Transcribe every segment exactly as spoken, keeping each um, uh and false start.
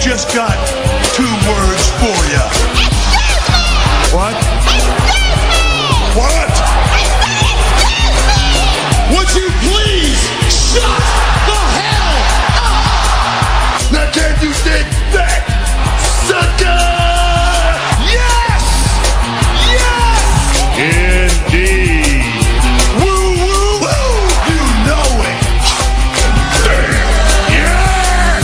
just got two words for you. What? What? Would you please shut the hell up? Now can you dig that, sucker? Yes! Yes! Indeed. Woo, woo, woo! You know it. Damn. Yeah!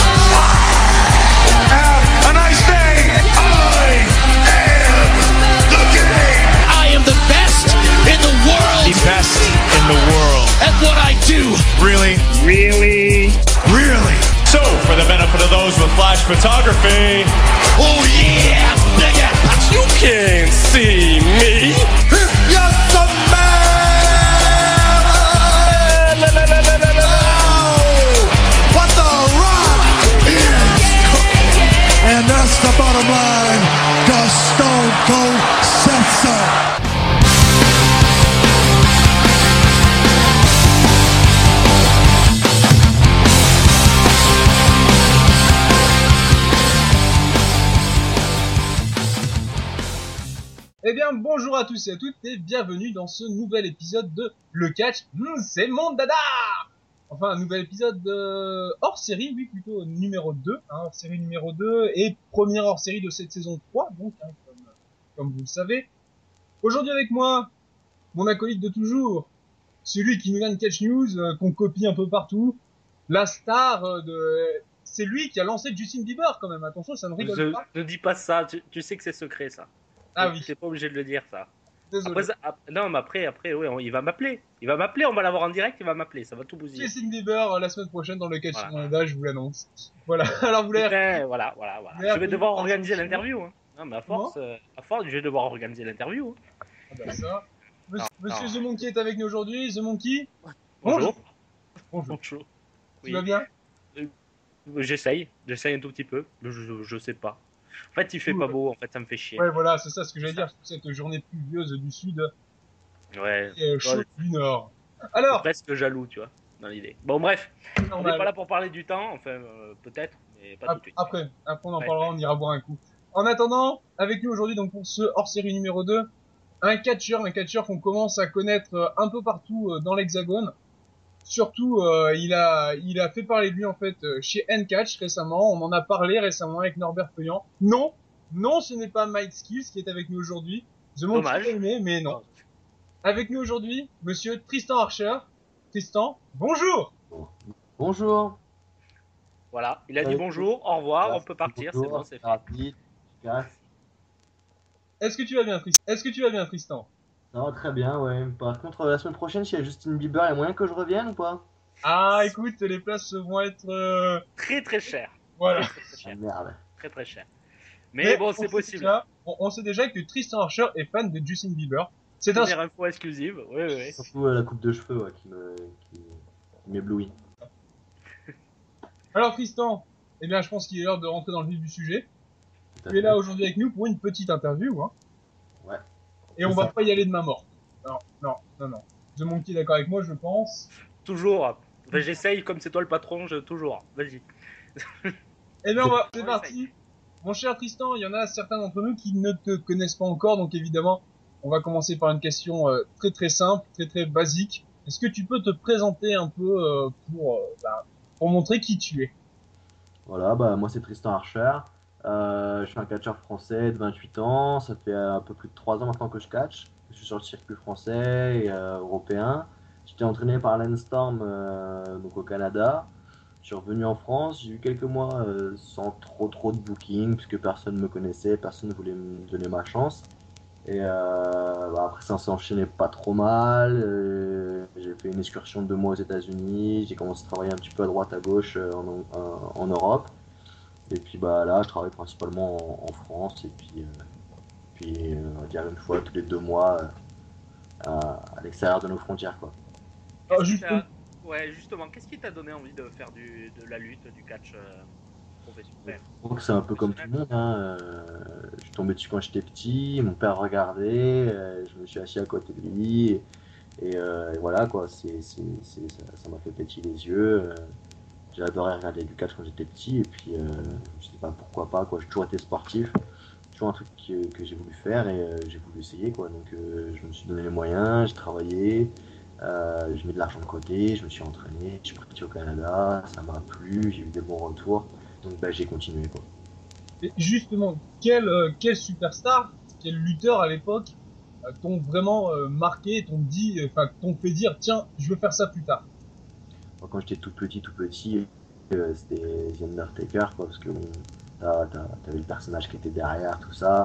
Have a nice day. I am the game. I am the best in the world. The best in the world. At what I do. Really? Really? Really? So, for the benefit of those with flash photography, Oh yeah, nigga. you can see me. Yes, the man! What the rock is cooking. And that's the bottom line. The Stone Cold said so. Eh bien, bonjour à tous et à toutes et bienvenue dans ce nouvel épisode de Le Catch, mmh, c'est mon dada. Enfin, un nouvel épisode euh, hors série, oui, plutôt numéro deux, hein, hors série numéro deux et première hors série de cette saison trois, donc, hein, comme, comme vous le savez. Aujourd'hui avec moi, mon acolyte de toujours, celui qui nous vient de Catch News, euh, qu'on copie un peu partout, la star euh, de... C'est lui qui a lancé Justin Bieber quand même, attention, ça ne rigole Je pas. ne dis pas ça, tu, tu sais que c'est secret ça. Ah oui, T'es pas obligé de le dire ça. désolé. Après, ça- ap- non, mais après, après, ouais, on- il va m'appeler. Il va m'appeler, on va l'avoir en direct, il va m'appeler, ça va tout bousiller. Justin Bieber euh, la semaine prochaine dans le Catch Voilà. Canada, je vous l'annonce. Voilà, alors vous l'avez... Putain, voilà, voilà, voilà. Merde, Je vais oui. devoir organiser l'interview. Hein. Non, mais à force, euh, à force, je vais devoir organiser l'interview. Hein. Ah bah ça. Monsieur, Non, Monsieur non. The Monkey est avec nous aujourd'hui. The Monkey, Bonjour. Bonjour. Bonjour. tu Oui. vas bien? J'essaye, j'essaye un tout petit peu. Je, je, je sais pas. En fait, il fait pas Ouais. beau, en fait, ça me fait chier. Ouais, voilà, c'est ça ce que j'allais dire. Cette journée pluvieuse du sud Ouais. et chaud Ouais, du nord. je suis Alors, presque jaloux, tu vois, dans l'idée. Bon, bref, on n'est normal. pas là pour parler du temps, enfin, euh, peut-être, mais pas tout Ap- de suite. Après, après on en Ouais. parlera, on ira boire un coup. En attendant, avec nous aujourd'hui, donc pour ce hors-série numéro deux, un catcheur, un catcheur qu'on commence à connaître euh, un peu partout euh, dans l'Hexagone. Surtout, euh, il a, il a fait parler de lui en fait euh, chez N-Catch récemment. On en a parlé récemment avec Norbert Feuillant. Non, non, ce n'est pas Mike Skills qui est avec nous aujourd'hui. The Monkey Dommage. l'a aimé, mais non. Avec nous aujourd'hui, Monsieur Tristan Archer. Tristan, bonjour. Bonjour. Voilà, il a dit Ouais. bonjour, au revoir, Voilà, on peut partir, c'est bonjour, bon, c'est fait. rapide, efficace. Est-ce que tu vas bien, Tristan Est-ce que tu vas bien, Tristan Ça va très bien, ouais. Par contre, la semaine prochaine, s'il y a Justin Bieber, il y a moyen que je revienne ou pas? Ah, écoute, les places vont être, euh, Très très cher, voilà. très très Ah cher, merde. très très cher. Mais, bon, on c'est sait possible. déjà- on, on sait déjà que Tristan Archer est fan de Justin Bieber. C'est un Première info exclusive, oui, oui, oui. Surtout euh, la coupe de cheveux ouais, qui me qui, qui m'éblouit. Alors Tristan, eh bien je pense qu'il est l'heure de rentrer dans le vif du sujet. Tout à Tu es fait. là aujourd'hui avec nous pour une petite interview, hein. Ouais. Et on C'est va ça. pas y aller de main morte. Non, non, non, non. The Monkey est d'accord avec moi, je pense. Toujours. Enfin, j'essaye, comme c'est toi le patron, je... toujours. Vas-y. Eh bien on va, c'est On parti. Mon cher Tristan, il y en a certains d'entre nous qui ne te connaissent pas encore, donc évidemment, on va commencer par une question euh, très très simple, très très basique. Est-ce que tu peux te présenter un peu euh, pour, euh, bah, pour montrer qui tu es? Voilà, bah moi c'est Tristan Archer. Euh, je suis un catcheur français de vingt-huit ans. Ça fait un peu plus de trois ans maintenant que je catch. Je suis sur le circuit français et euh, européen. J'étais entraîné par Landstorm euh, donc au Canada. Je suis revenu en France. J'ai eu quelques mois euh, sans trop trop de booking puisque personne me connaissait, personne ne voulait me donner ma chance. Et euh, bah, après ça s'est enchaîné pas trop mal. Euh, j'ai fait une excursion de deux mois aux États-Unis. J'ai commencé à travailler un petit peu à droite à gauche euh, en, en, en Europe. Et puis bah là, je travaille principalement en, en France et puis, euh, puis euh, on va dire une fois tous les deux mois euh, à, à l'extérieur de nos frontières quoi. Ah, Qu'est-ce qui juste- t'a- Ouais, justement, qu'est-ce qui t'a donné envie de faire du... de la lutte, du catch euh, professionnel? Je trouve que c'est un peu comme tout le monde. Hein. euh, je suis tombé dessus quand j'étais petit, mon père regardait, euh, je me suis assis à côté de lui et, et, euh, et voilà quoi. C'est, c'est, c'est, ça, ça m'a fait pétiller les yeux. euh, j'ai adoré regarder du catch quand j'étais petit, et puis euh, je sais pas pourquoi pas, quoi. J'ai toujours été sportif, toujours un truc que, que j'ai voulu faire, et euh, j'ai voulu essayer, quoi. Donc euh, je me suis donné les moyens, j'ai travaillé, euh, je mets de l'argent de côté, je me suis entraîné, je suis parti au Canada, ça m'a plu, j'ai eu des bons retours, donc bah, j'ai continué, quoi. Et justement, quel, euh, quel superstar, quel lutteur à l'époque euh, t'ont vraiment euh, marqué, t'ont dit, enfin, t'ont fait dire, tiens, je veux faire ça plus tard. Moi, quand j'étais tout petit, tout petit, euh, c'était The Undertaker, quoi, parce que bon, t'as- t'as- t'avais le personnage qui était derrière, tout ça.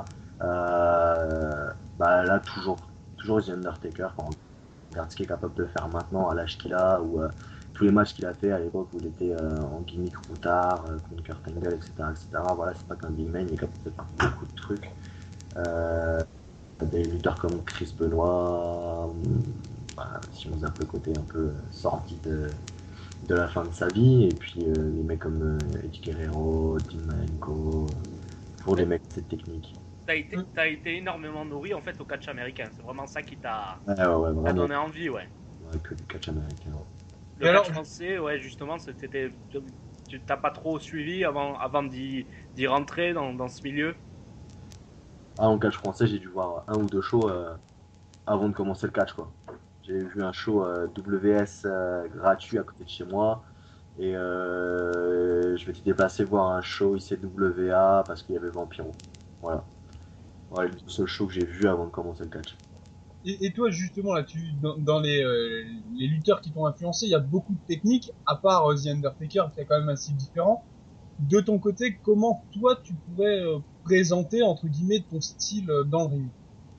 Euh, bah là, toujours, toujours The Undertaker, quand on regarde ce qu'il est capable de faire maintenant, à l'âge qu'il a, ou euh, tous les matchs qu'il a fait à l'époque où il était euh, en gimmick routard, euh, contre Kurt Angle, et cetera, et cetera. Voilà, c'est pas qu'un big man, il est capable de faire beaucoup de trucs. Euh, des lutteurs comme Chris Benoit, bah, si on zappe le côté un peu sorti de de la fin de sa vie, et puis euh, les mecs comme euh, Eddie Guerrero, Dean Malenko, pour les mecs cette technique. T'as été, t'as été énormément nourri en fait au catch américain. C'est vraiment ça qui t'a, Ouais, ouais, ouais, t'a vraiment. donné envie, ouais. Ouais, que du catch américain. Ouais. Le Et catch alors- français, ouais, justement, c'était, tu t'as pas trop suivi avant, avant d'y, d'y rentrer dans, dans ce milieu. Ah, en catch français, j'ai dû voir un ou deux shows euh, avant de commencer le catch, quoi. J'ai vu un show euh, W S euh, gratuit à côté de chez moi, et euh, je m'étais déplacé voir un show I C W A parce qu'il y avait Vampiro. Voilà. Voilà, le seul show que j'ai vu avant de commencer le catch. Et, et toi, justement, là, tu, dans, dans les, euh, les lutteurs qui t'ont influencé, il y a beaucoup de techniques, à part euh, The Undertaker, qui est quand même assez différent. De ton côté, comment toi, tu pourrais euh, présenter, entre guillemets, ton style euh, dans le ring?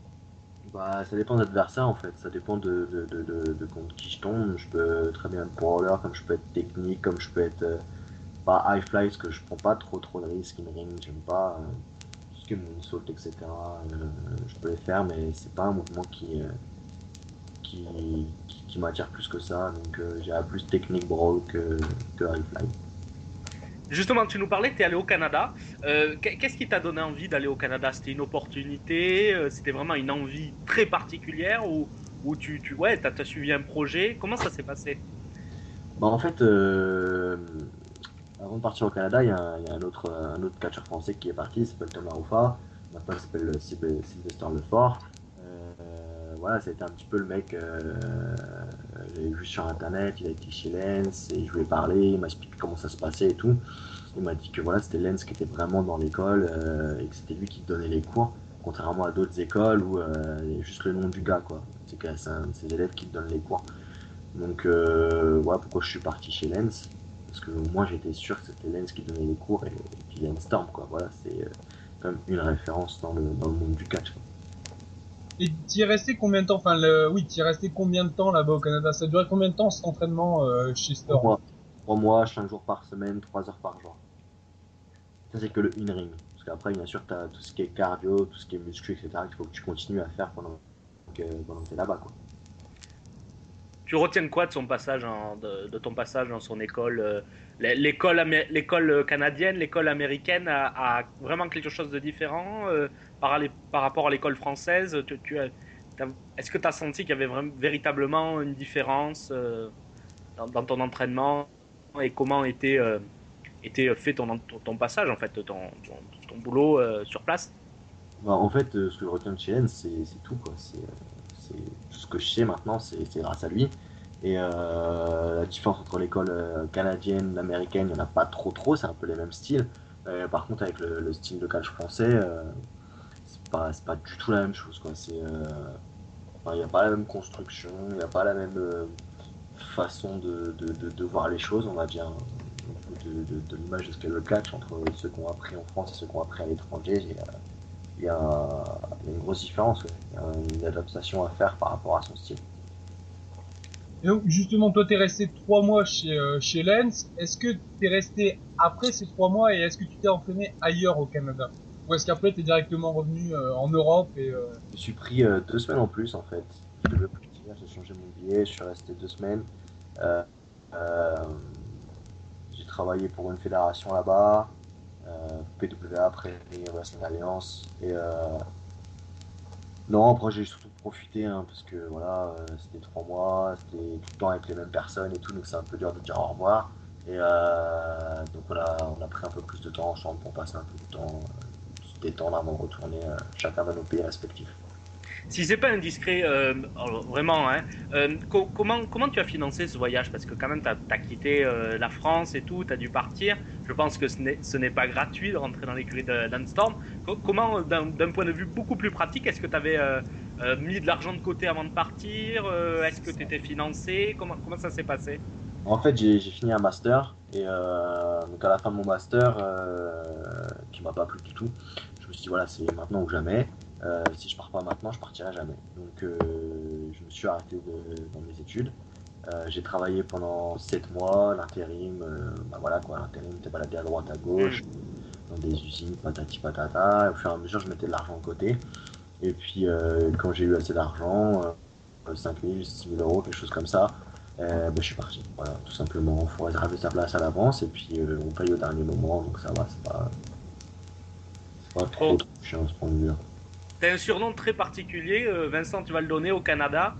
Bah, ça dépend de l'adversaire en fait, ça dépend de, de, de, de, de contre qui je tombe. Je peux très bien être brawler, comme je peux être technique, comme je peux être euh, pas high fly, parce que je prends pas trop trop de risques in ring, j'aime pas euh, tout ce qui est moonsault, et cetera. Euh, je peux les faire, mais c'est pas un mouvement qui, euh, qui, qui, qui m'attire plus que ça, donc euh, j'ai plus technique brawl que, que high fly. Justement, tu nous parlais que tu es allé au Canada. Euh, qu'est-ce qui t'a donné envie d'aller au Canada? C'était une opportunité? euh, C'était vraiment une envie très particulière? Ou, ou tu, tu ouais, t'as, t'as suivi un projet? Comment ça s'est passé? Bah, en fait, euh, avant de partir au Canada, il y a un, il y a un autre, un autre catcheur français qui est parti, il s'appelle Thomas Roufa. Maintenant, il s'appelle Syl- Sylvester Lefort. Euh, voilà, c'était un petit peu le mec, euh, j'avais vu sur internet, il a été chez Lens et je lui ai parlé, il m'a expliqué comment ça se passait et tout. Il m'a dit que voilà, c'était Lens qui était vraiment dans l'école euh, et que c'était lui qui donnait les cours, contrairement à d'autres écoles où euh, il y a juste le nom du gars, quoi. C'est, que c'est, un, c'est l'élève qui te donne les cours. Donc euh, voilà pourquoi je suis parti chez Lens. Parce que moi j'étais sûr que c'était Lens qui donnait les cours et, et puis Lens Storm, quoi. Voilà, c'est euh, quand même une référence dans le, dans le monde du catch, quoi. Et t'y es resté combien de temps? Enfin, le, oui, t'y es resté combien de temps là-bas au Canada? Ça a duré combien de temps cet entraînement euh, chez Trois Storm? mois, trois mois, cinq jours par semaine, trois heures par jour. Ça c'est que le in-ring. Parce qu'après bien sûr t'as tout ce qui est cardio, tout ce qui est muscu, et cetera qu'il faut que tu continues à faire pendant que, pendant que t'es là-bas, quoi. Tu retiens quoi de son passage, en, de, de ton passage dans son école? euh, l'école, amé- l'école canadienne, l'école américaine a, a vraiment quelque chose de différent euh, par, les- par rapport à l'école française. Tu, tu as- t'as- est-ce que tu as senti qu'il y avait vraiment, véritablement une différence euh, dans, dans ton entraînement et comment était, euh, était fait ton, ton, ton passage, en fait, ton, ton, ton boulot euh, sur place? Bah, en fait, euh, ce que je retiens de chez Lens, c'est, c'est tout, quoi. C'est, euh, c'est tout ce que je sais maintenant, c'est, c'est grâce à lui. Et euh, la différence entre l'école euh, canadienne, l'américaine, il n'y en a pas trop trop, c'est un peu les mêmes styles. Euh, par contre, avec le, le style de catch français, euh, c'est pas, c'est pas du tout la même chose, quoi. C'est, euh, enfin, il n'y a pas la même construction, il n'y a pas la même euh, façon de, de, de, de voir les choses, on va dire, de, de, de l'image de ce qu'est le catch entre ceux qui ont appris en France et ceux qui ont appris à l'étranger. Il y a, il y a, il y a une grosse différence, ouais. Il y a une adaptation à faire par rapport à son style. Et donc, justement, toi, t'es resté trois mois chez, euh, chez Lens. Est-ce que t'es resté après ces trois mois et est-ce que tu t'es entraîné ailleurs au Canada? Ou est-ce qu'après, t'es directement revenu euh, en Europe et... Euh... Je me suis pris euh, deux semaines en plus en fait. Je devais partir, j'ai changé mon billet, je suis resté deux semaines. Euh, euh, j'ai travaillé pour une fédération là-bas, euh, P W A, après Wrestling Alliance. Et euh, non, après j'ai surtout profité hein, parce que voilà, euh, c'était trois mois, c'était tout le temps avec les mêmes personnes et tout, donc c'est un peu dur de dire au revoir. Et euh, donc on a, on a pris un peu plus de temps ensemble pour passer un peu de temps, euh, se détendre avant de retourner euh, chacun dans nos pays respectifs. Si c'est pas indiscret, euh, alors, vraiment, hein, euh, co- comment, comment tu as financé ce voyage? Parce que quand même, tu as quitté euh, la France et tout, tu as dû partir. Je pense que ce n'est, ce n'est pas gratuit de rentrer dans l'écurie de Landstorm. Co- comment, d'un, d'un point de vue beaucoup plus pratique, est-ce que tu avais euh, euh, mis de l'argent de côté avant de partir? euh, Est-ce que tu étais financé? Comment, comment ça s'est passé? En fait, j'ai j'ai fini un master et euh, donc à la fin de mon master, euh, qui m'a pas plu du tout, je me suis dit voilà, c'est maintenant ou jamais. Euh, si je pars pas maintenant, je partirai jamais. Donc euh, je me suis arrêté de, dans mes études. Euh, j'ai travaillé pendant sept mois, l'intérim, euh, bah voilà quoi, l'intérim, t'es baladé à droite, à gauche, dans des usines, patati patata. Au fur et à mesure, je mettais de l'argent de côté. Et puis euh, quand j'ai eu assez d'argent, euh, cinq mille, six mille euros, quelque chose comme ça, euh, bah, je suis parti. Voilà, tout simplement, il faut réserver sa place à l'avance et puis euh, on paye au dernier moment, donc ça va, c'est pas, c'est pas trop, trop chiant à ce point de vue. T'as un surnom très particulier, euh, Vincent, tu vas le donner au Canada.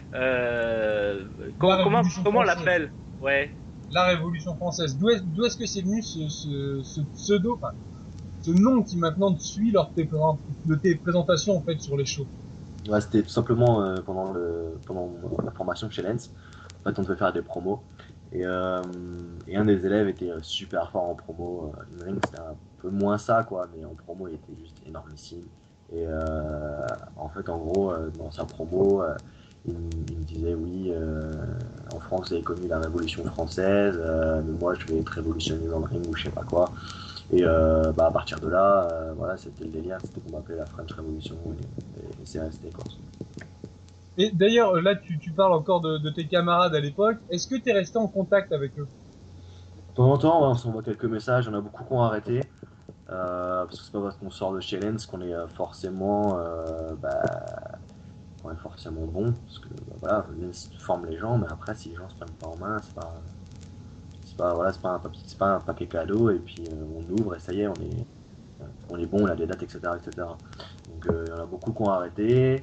Euh, comment comment, comment on l'appelle? Ouais. La Révolution française. D'où est, d'où est-ce que c'est venu ce, ce, ce pseudo, enfin, ce nom qui maintenant suit lors de tes, de tes présentations en fait sur les shows? Ouais, c'était tout simplement euh, pendant, le, pendant la formation chez Lens. En fait, on devait faire des promos. Et, euh, et un des élèves était super fort en promo. Euh, In-ring, c'était un peu moins ça, quoi, mais en promo, il était juste énormissime. Et euh, en fait, en gros, euh, dans sa promo, euh, il, il me disait oui, euh, en France, vous avez connu la Révolution française, euh, mais moi, je vais être révolutionné dans le ring ou je sais pas quoi. Et euh, bah, à partir de là, euh, voilà, c'était le délire, c'était qu'on m'appelait la French Revolution et, et, et c'est resté quoi. Et d'ailleurs, là, tu, tu parles encore de, de tes camarades à l'époque. Est-ce que tu es resté en contact avec eux? De temps en temps, ouais, on s'envoie quelques messages, il y en a beaucoup qui ont arrêté. Euh, parce que c'est pas parce qu'on sort de chez Lens qu'on est forcément, euh, bah, qu'on est forcément bon. Parce que bah, voilà, Lens forme les gens, mais après, si les gens se prennent pas en main, c'est pas, c'est pas, voilà, c'est pas un papier, c'est pas un paquet cadeau. Et puis euh, on ouvre et ça y est, on est, on est bon, on a des dates, et cetera, et cetera. Donc euh, il y en a beaucoup qui ont arrêté.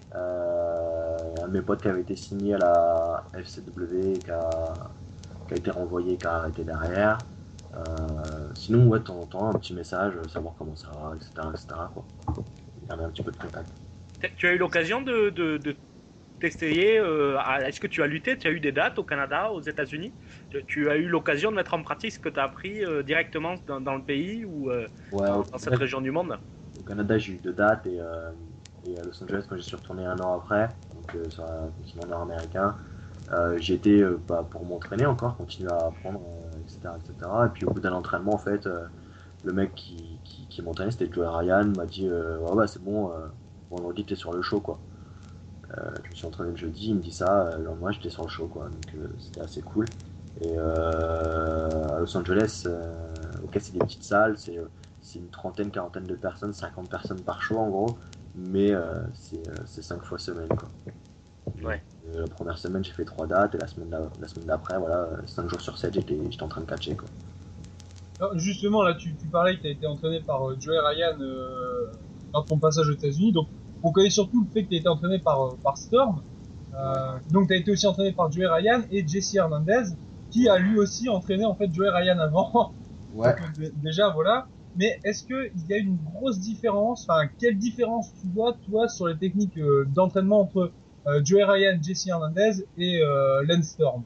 Euh, un de mes potes qui avait été signé à la F C W, qui a, qui a été renvoyé, qui a arrêté derrière. Euh, sinon, ouais, de temps en temps, un petit message, savoir comment ça va, et cetera, et cetera quoi. Il y avait un petit peu de contact. Tu as eu l'occasion de, de, de t'essayer, euh, est-ce que tu as lutté, tu as eu des dates au Canada, aux États-Unis? Tu as eu l'occasion de mettre en pratique ce que tu as appris euh, directement dans, dans le pays ou euh, ouais, dans, dans cette région du monde? Au Canada, j'ai eu deux dates et, euh, et à Los Angeles, quand j'y suis retourné un an après, donc euh, sur le continent nord-américain, euh, j'ai été euh, bah, pour m'entraîner encore, continuer à apprendre, euh, et cetera, et cetera. Et puis au bout d'un entraînement, en fait, euh, le mec qui, qui, qui m'entraînait, c'était Joey Ryan, m'a dit euh, ouais, bah c'est bon, euh, vendredi t'es sur le show quoi. Euh, je me suis entraîné le jeudi, il me dit ça, euh, le lendemain j'étais sur le show quoi, donc euh, c'était assez cool. Et euh, à Los Angeles, euh, ok, c'est des petites salles, c'est euh, c'est une trentaine, quarantaine de personnes, cinquante personnes par show en gros, mais euh, c'est euh, cinq fois semaine quoi. Ouais. Euh, la première semaine j'ai fait trois dates et la semaine la semaine d'après voilà cinq jours sur sept j'étais j'étais en train de catcher quoi. Alors, justement là tu, tu parlais que tu as été entraîné par euh, Joey Ryan euh, dans ton passage aux États-Unis, donc on connaît surtout le fait que tu as été entraîné par, euh, par Storm, euh, ouais. Donc tu as été aussi entraîné par Joey Ryan et Jesse Hernandez qui a lui aussi entraîné en fait Joey Ryan avant. Ouais. Donc, euh, déjà voilà. Mais est-ce qu'il y a une grosse différence, enfin quelle différence tu vois toi sur les techniques euh, d'entraînement entre euh, Joey Ryan, Jesse Hernandez et euh, Lance Storm?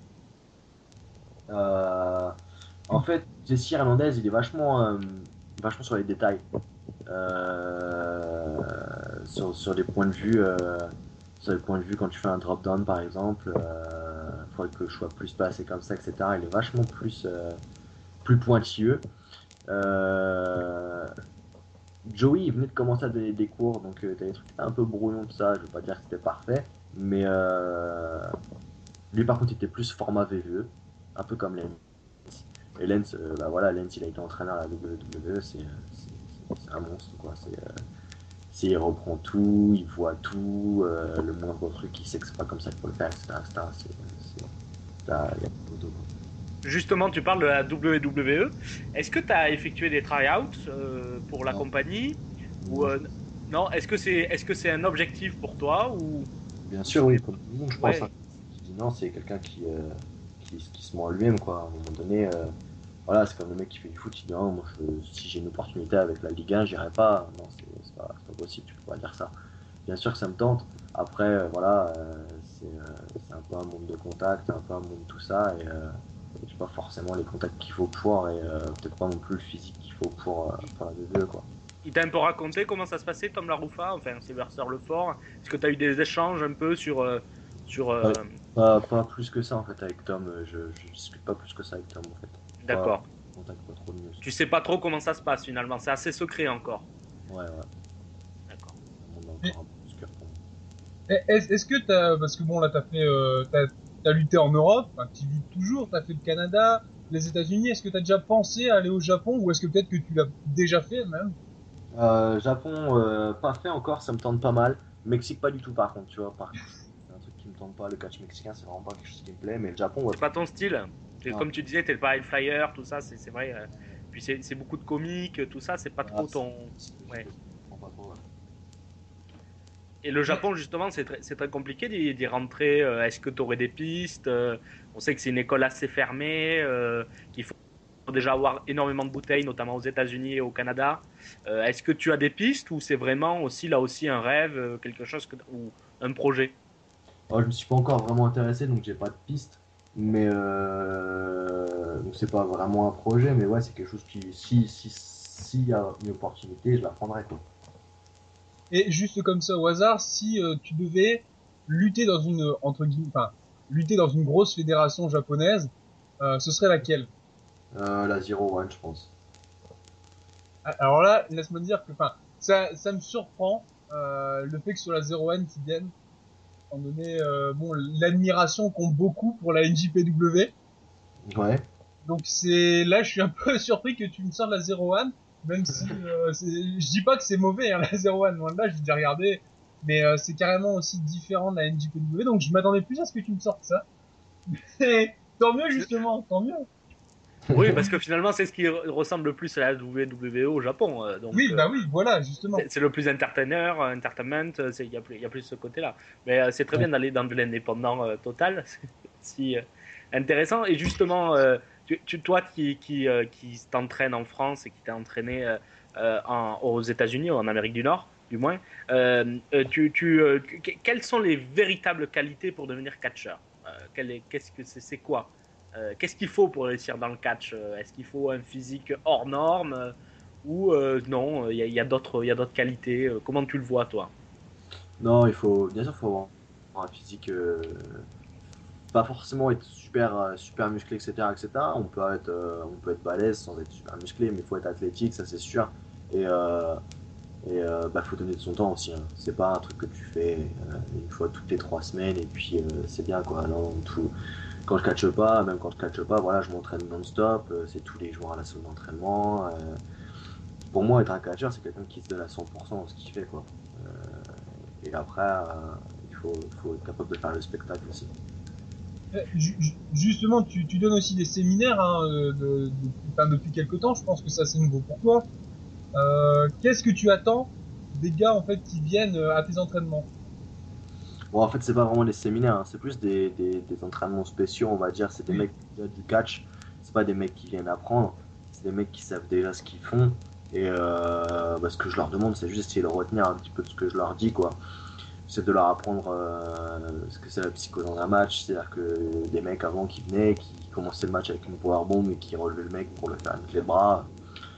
euh, En fait, Jesse Hernandez il est vachement, euh, vachement sur les détails, euh, sur, sur des points de vue, euh, sur les points de vue quand tu fais un drop down par exemple, il euh, faudrait que je sois plus placé comme ça, et cetera. Il est vachement plus, euh, plus pointilleux. Euh, Joey il venait de commencer à donner des cours, donc euh, t'as des trucs un peu brouillons, tout ça, je veux pas dire que c'était parfait, mais euh, lui par contre il était plus format V V E, un peu comme Lance. Et Lance, euh, bah voilà, Lance il a été entraîneur à la W W E, c'est un monstre quoi, c'est euh, il reprend tout, il voit tout, euh, le moindre truc il sait que c'est pas comme ça qu'il faut le faire, et cetera, et cetera. C'est, c'est, là, y a photo, quoi. Justement, tu parles de la W W E. Est-ce que tu as effectué des try-outs euh, pour la non. compagnie ou, euh, non, est-ce que c'est est-ce que c'est un objectif pour toi ou... Bien sûr, oui, comme tout le monde, je pense. Ouais. Hein. Je dis non, c'est quelqu'un qui, euh, qui, qui se ment à lui-même, quoi. À un moment donné, euh, voilà, c'est comme le mec qui fait du foot, il dit non, moi, je- si j'ai une opportunité avec la Ligue un, j'irai pas. Non, c'est c'est pas, c'est pas possible, tu peux pas dire ça. Bien sûr que ça me tente. Après, euh, voilà, euh, c'est euh, c'est un peu un monde de contact, un peu un monde de tout ça, et euh, j'ai pas forcément les contacts qu'il faut pour, et euh, peut-être pas non plus le physique qu'il faut pour, euh, pour la V deux, quoi. Il t'a un peu raconté comment ça se passait, Tom Laroufa, enfin Sylvester Lefort. Est-ce que tu as eu des échanges un peu sur. euh, sur euh, Ouais. Pas, pas plus que ça en fait avec Tom, euh, je, je discute pas plus que ça avec Tom en fait. D'accord. Pas, contact, pas trop de news. Tu sais pas trop comment ça se passe finalement, c'est assez secret encore. Ouais, ouais, D'accord. on est encore un peu obscur pour moi. Et Est-ce est-ce que t'as, parce que bon là t'as fait, euh, t'as, t'as lutté en Europe, enfin tu luttes toujours, t'as fait le Canada, les États-Unis. Est-ce que t'as déjà pensé à aller au Japon ou est-ce que peut-être que tu l'as déjà fait même? Euh, Japon, euh, pas fait encore, ça me tente pas mal. Mexique, pas du tout par contre, tu vois. Par contre, c'est un truc qui me tente pas. Le catch mexicain, c'est vraiment pas quelque chose qui me plaît. Mais le Japon, ouais. C'est pas ton style. C'est Non. comme tu disais, t'es le pareil flyer, tout ça, c'est c'est vrai. euh, Puis c'est c'est beaucoup de comiques, tout ça, c'est pas Ah, trop c'est- ton. c'est- Ouais. je comprends pas trop, ouais. Et le Japon, justement, c'est très, c'est très compliqué d'y d'y rentrer. euh, Est-ce que tu aurais des pistes? euh, On sait que c'est une école assez fermée, euh, qu'il faut déjà avoir énormément de bouteilles, notamment aux États-Unis et au Canada. Euh, Est-ce que tu as des pistes ou c'est vraiment aussi là aussi un rêve, euh, quelque chose que, ou un projet? Alors, je me suis pas encore vraiment intéressé, donc j'ai pas de piste. Mais euh, donc c'est pas vraiment un projet, mais ouais, c'est quelque chose qui, si si s'il y a une opportunité, je la prendrai quoi. Et juste comme ça au hasard, si euh, tu devais lutter dans une entre guillemets, enfin lutter dans une grosse fédération japonaise, euh, ce serait laquelle? Euh, la Zero One, je pense. Ah, alors là, laisse-moi te dire que, enfin, ça, ça me surprend euh, le fait que sur la zéro un qui vienne, étant donné euh, bon l'admiration qu'ont beaucoup pour la N J P W. Ouais. Donc c'est là, je suis un peu surpris que tu me sortes la zéro un, même si euh, c'est- je dis pas que c'est mauvais hein, la zéro un, loin de là, j'ai déjà regardé, mais euh, c'est carrément aussi différent de la N J P W. Donc je m'attendais plus à ce que tu me sortes ça. Et tant mieux justement, tant mieux. Oui, parce que finalement, c'est ce qui re- ressemble le plus à la W W E au Japon. euh, Donc, Oui, euh, bah oui, voilà justement. c'est c'est le plus entertainer, euh, entertainment. euh, c'est- Il y, a plus- il y a plus ce côté-là. Mais euh, c'est très Ouais. bien d'aller dans de l'indépendant euh, total. C'est si euh, intéressant. Et justement, euh, tu, tu- toi qui, qui, euh, qui t'entraînes en France et qui t'es entraîné euh, euh, en- aux États-Unis ou en Amérique du Nord, du moins, euh, euh, tu, tu, euh, que- quelles sont les véritables qualités pour devenir catcheur? Euh, quel est- Qu'est-ce que c'est, c'est quoi? Euh, Qu'est-ce qu'il faut pour réussir dans le catch? Euh, Est-ce qu'il faut un physique hors norme euh, ou euh, non, il y a, y a d'autres il y a d'autres qualités? euh, Comment tu le vois, toi? Non, il faut, bien sûr, il faut avoir un physique, euh, pas forcément être super, euh, super musclé, et cetera, et cetera. On peut être, euh, on peut être balèze sans être super musclé, mais il faut être athlétique, ça c'est sûr. Et euh, et euh, bah, faut donner de son temps aussi. Hein. C'est pas un truc que tu fais euh, une fois toutes les trois semaines et puis euh, c'est bien quoi. Non, tout, quand je catche pas, même quand je catche pas, voilà, je m'entraîne non-stop. euh, c'est tous les jours à la salle d'entraînement. euh, pour moi, être un catcheur, c'est quelqu'un qui se donne à cent pour cent dans ce qu'il fait quoi. Euh, et après, euh, il faut, faut être capable de faire le spectacle aussi. Euh, ju- ju- Justement, tu, tu donnes aussi des séminaires hein, euh, de, de- enfin, depuis quelque temps. Je pense que ça c'est nouveau pour toi. Euh, Qu'est-ce que tu attends des gars en fait qui viennent euh, à tes entraînements? Bon, en fait, c'est pas vraiment des séminaires, hein, c'est plus des, des, des entraînements spéciaux, on va dire. C'est des Oui. mecs qui font du catch, c'est pas des mecs qui viennent apprendre, c'est des mecs qui savent déjà ce qu'ils font. Et euh, bah, ce que je leur demande, c'est juste essayer de retenir un petit peu de ce que je leur dis, quoi. C'est de leur apprendre euh, ce que c'est la psycho dans un match. C'est-à-dire que des mecs avant qui venaient, qui commençaient le match avec une powerbomb et qui relevaient le mec pour le faire avec les bras,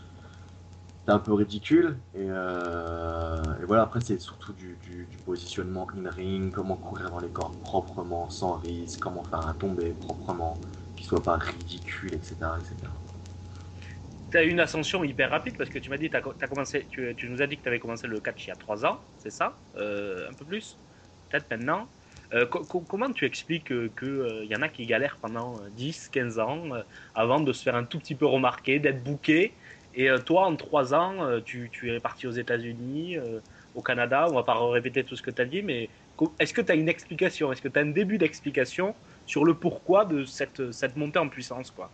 c'est un peu ridicule. Et, euh, et voilà, après, c'est surtout du, du, du positionnement in-ring, comment courir dans les cordes proprement, sans risque, comment faire un tombé proprement, qui soit pas ridicule, et cetera et cetera. Tu as eu une ascension hyper rapide parce que tu m'as dit, t'as, t'as commencé, tu, tu nous as dit que tu avais commencé le catch il y a trois ans, c'est ça? Euh, un peu plus? Peut-être maintenant. Euh, co- co- comment tu expliques qu'il que, euh, y en a qui galèrent pendant euh, dix, quinze ans euh, avant de se faire un tout petit peu remarquer, d'être booké? Et euh, toi, en trois ans, euh, tu, tu es parti aux États-Unis, euh, au Canada, on va pas répéter tout ce que tu as dit, mais co- est-ce que tu as une explication? Est-ce que tu as un début d'explication sur le pourquoi de cette, cette montée en puissance, quoi?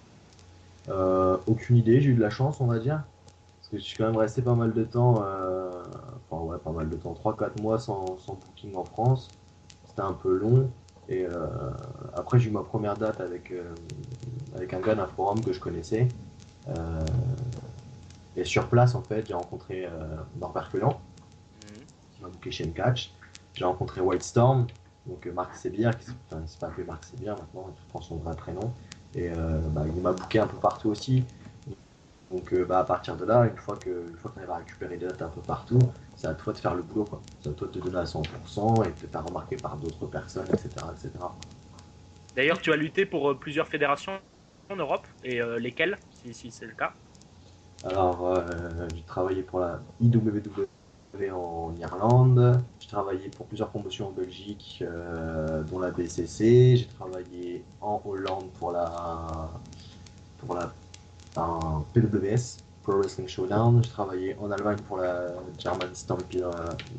Euh, aucune idée, j'ai eu de la chance, on va dire. Parce que je suis quand même resté pas mal de temps, euh, enfin ouais, pas mal de temps, trois quatre mois sans, sans booking en France. C'était un peu long. Et euh, après, j'ai eu ma première date avec, euh, avec un gars d'un forum que je connaissais. Euh, et sur place, en fait, j'ai rencontré euh, Norbert Quelan, qui m'a booké chez M-Catch. J'ai rencontré Wildstorm, donc euh, Marc Sébière, qui enfin, il s'est pas appelé Marc Sébière maintenant, il prend son vrai prénom. Et euh, bah, il m'a booké un peu partout aussi. Donc euh, bah, à partir de là, une fois que, une fois qu'on arrive à récupérer des dates un peu partout, c'est à toi de faire le boulot, quoi. C'est à toi de te donner à cent pour cent et de te faire remarquer par d'autres personnes, et cetera, et cetera. D'ailleurs, tu as lutté pour euh, plusieurs fédérations en Europe, et euh, lesquelles, si, si c'est le cas? Alors, euh, j'ai travaillé pour la I W W en Irlande, j'ai travaillé pour plusieurs promotions en Belgique, euh, dont la B C C, j'ai travaillé en Hollande pour la, pour la un P W S, Pro Wrestling Showdown, j'ai travaillé en Allemagne pour la German Stampede, euh,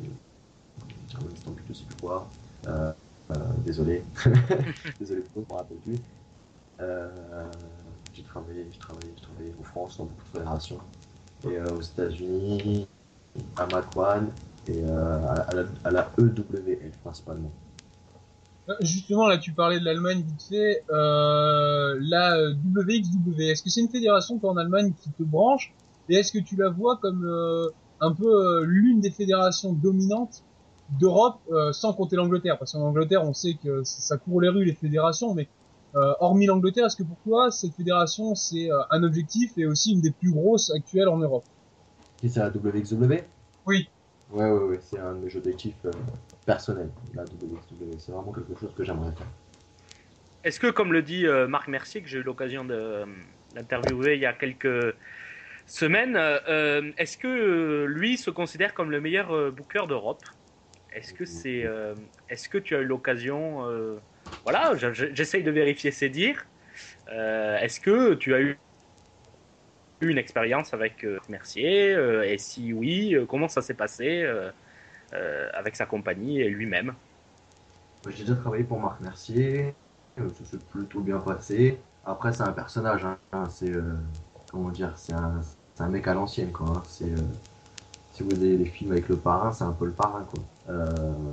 German Stampede, je sais plus quoi, euh, euh, désolé, désolé pour je me rappelle plus. Euh, j'ai travaillé, j'ai travaillé, j'ai travaillé en France dans beaucoup de fédérations. Et euh, aux États-Unis, à Macwan et euh, à, à, la, à la E W L principalement. Justement, là, tu parlais de l'Allemagne vite fait. Euh, la W X W, est-ce que c'est une fédération toi en Allemagne qui te branche? Et est-ce que tu la vois comme euh, un peu euh, l'une des fédérations dominantes d'Europe, euh, sans compter l'Angleterre? Parce qu'en Angleterre, on sait que ça court les rues, les fédérations, mais euh, hormis l'Angleterre, est-ce que pour toi, cette fédération, c'est euh, un objectif et aussi une des plus grosses actuelles en Europe? Qui c'est la W X W? Oui. Ouais, ouais, ouais, c'est un de mes objectifs euh, personnels, la W X W. C'est vraiment quelque chose que j'aimerais faire. Est-ce que, comme le dit euh, Marc Mercier, que j'ai eu l'occasion de, euh, d'interviewer il y a quelques semaines, euh, est-ce que euh, lui se considère comme le meilleur euh, booker d'Europe? Est-ce que c'est, euh, est-ce que tu as eu l'occasion, euh, voilà, je- je- j'essaye de vérifier ses dires. Euh, est-ce que tu as eu une expérience avec euh, Mercier euh, et si oui, euh, comment ça s'est passé euh, euh, avec sa compagnie et lui-même? Ouais, j'ai déjà travaillé pour Marc Mercier, euh, ça s'est plutôt bien passé. Après, c'est un personnage, hein, c'est euh, comment dire, c'est un, c'est un mec à l'ancienne, quoi. Hein. C'est euh, si vous avez les films avec le parrain, c'est un peu le parrain, quoi. Euh,